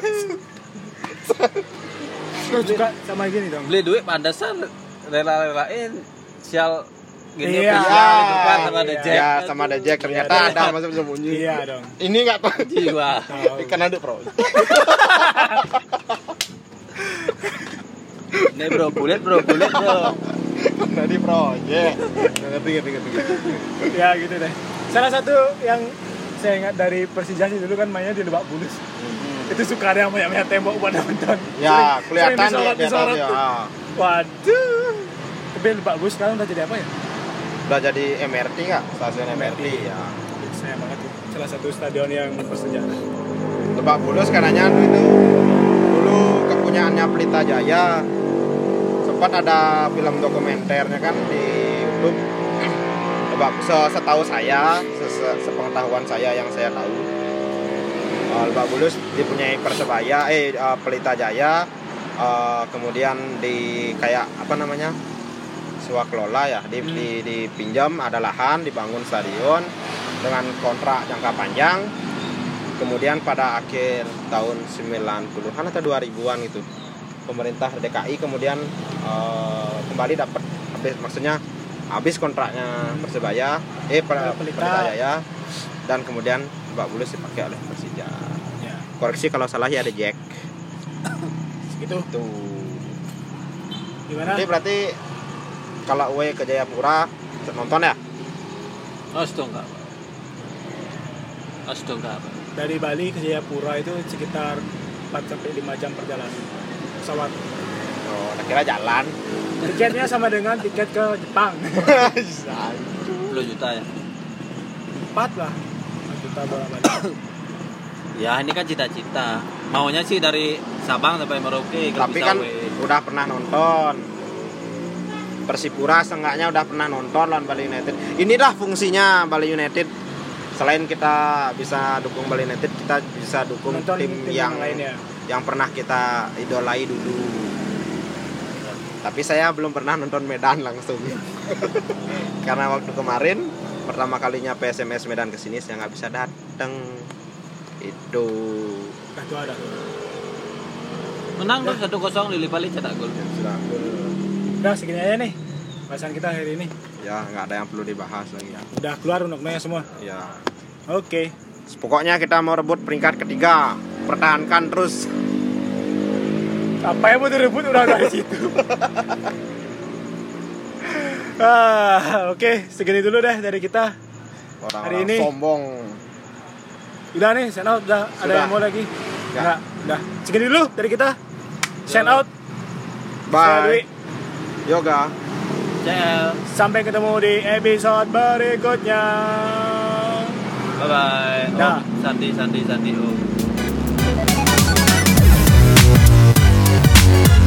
Lo juga sama gini dong. Beli duit pantesan rela-relain sial gini Iya. official gitu kan sama The Iya. Jack. Ya, sama The Jack ternyata Iya. ada masih sembunyi. Iya dong. Ini nggak tahu. Jiwa. Tahu. Ikan aduk pro. Nih bro, bulet bro, bulet bro. Dari project. Ngerti ngerti ngerti. Ya gitu deh. Salah satu yang saya ingat dari Persija sih dulu kan mainnya di Lebak Bulus. Itu suka ada yang banyak tembok buat nonton. Ya, Sering- kelihatan sering ya, disorot, kelihatan disorot ya. tuh. Ah. Waduh. Tapi Lebak Bulus sekarang udah jadi apa ya? Udah jadi M R T nggak? Stasiun M R T ya. Saya banget tuh. Salah satu stadion yang bersejarah. Lebak Bulus katanya itu dulu kepunyaannya Pelita Jaya. Sempat ada film dokumenternya kan di YouTube. Lebak se- setahu saya, se- se- sepengetahuan saya yang saya tahu, uh, Lebak Bulus dipunyai Persebaya, eh uh, Pelita Jaya, uh, kemudian di kayak apa namanya swakelola ya, di, Hmm. di, dipinjam ada lahan, dibangun stadion dengan kontrak jangka panjang. Kemudian pada akhir tahun sembilan puluhan atau dua ribuan itu pemerintah D K I kemudian uh, kembali dapat habis maksudnya habis kontraknya Persebaya eh per, Pelita. Pelita Jaya dan kemudian Lebak Bulus dipakai oleh Persija. Ya. Koreksi kalau salah ya ada Jack. Gitu. Tuh. Gimana? Jadi berarti kalau W ke Jayapura nonton ya? Astaga. Astaga. Dari Bali ke Jayapura itu sekitar empat sampai lima jam perjalanan pesawat. Oh, kira jalan. Tiketnya sama dengan tiket ke Jepang. sepuluh juta ya. Empat lah. empat juta bolak-balik. Ya ini kan cita-cita. Maunya sih dari Sabang sampai Merauke kalau Tapi bisa kan we. udah pernah nonton. Persipura seenggaknya udah pernah nonton lawan Bali United. Inilah fungsinya Bali United. Selain kita bisa dukung Bali United, kita bisa dukung Nonton tim, tim yang yang lainnya. yang pernah kita idolai dulu. Tapi saya belum pernah nonton Medan langsung. Karena waktu kemarin pertama kalinya P S M S Medan kesini saya nggak bisa datang. Itu Nah, itu ada. Menang tuh satu kosong Lili Pali cetak gol. sudah Udah segini aja nih bahasan kita hari ini. ya nggak ada yang perlu dibahas lagi ya. Udah keluar undang-undangnya semua. Ya. Oke. Pokoknya kita mau rebut peringkat ketiga. Pertahankan terus. Apa yang mau direbut udah dari situ. ah, oke, segini dulu deh dari kita. Orang-orang Hari ini- sombong. Udah nih, send out udah. Ada Sudah. yang mau lagi? Ya. Enggak, udah. Segini dulu dari kita. Send out. Saya Dwi. Bye. Yoga. Ciao. Sampai ketemu di episode berikutnya. Bye bye. Dah. Oh, Sandi Sandi Sandi oh.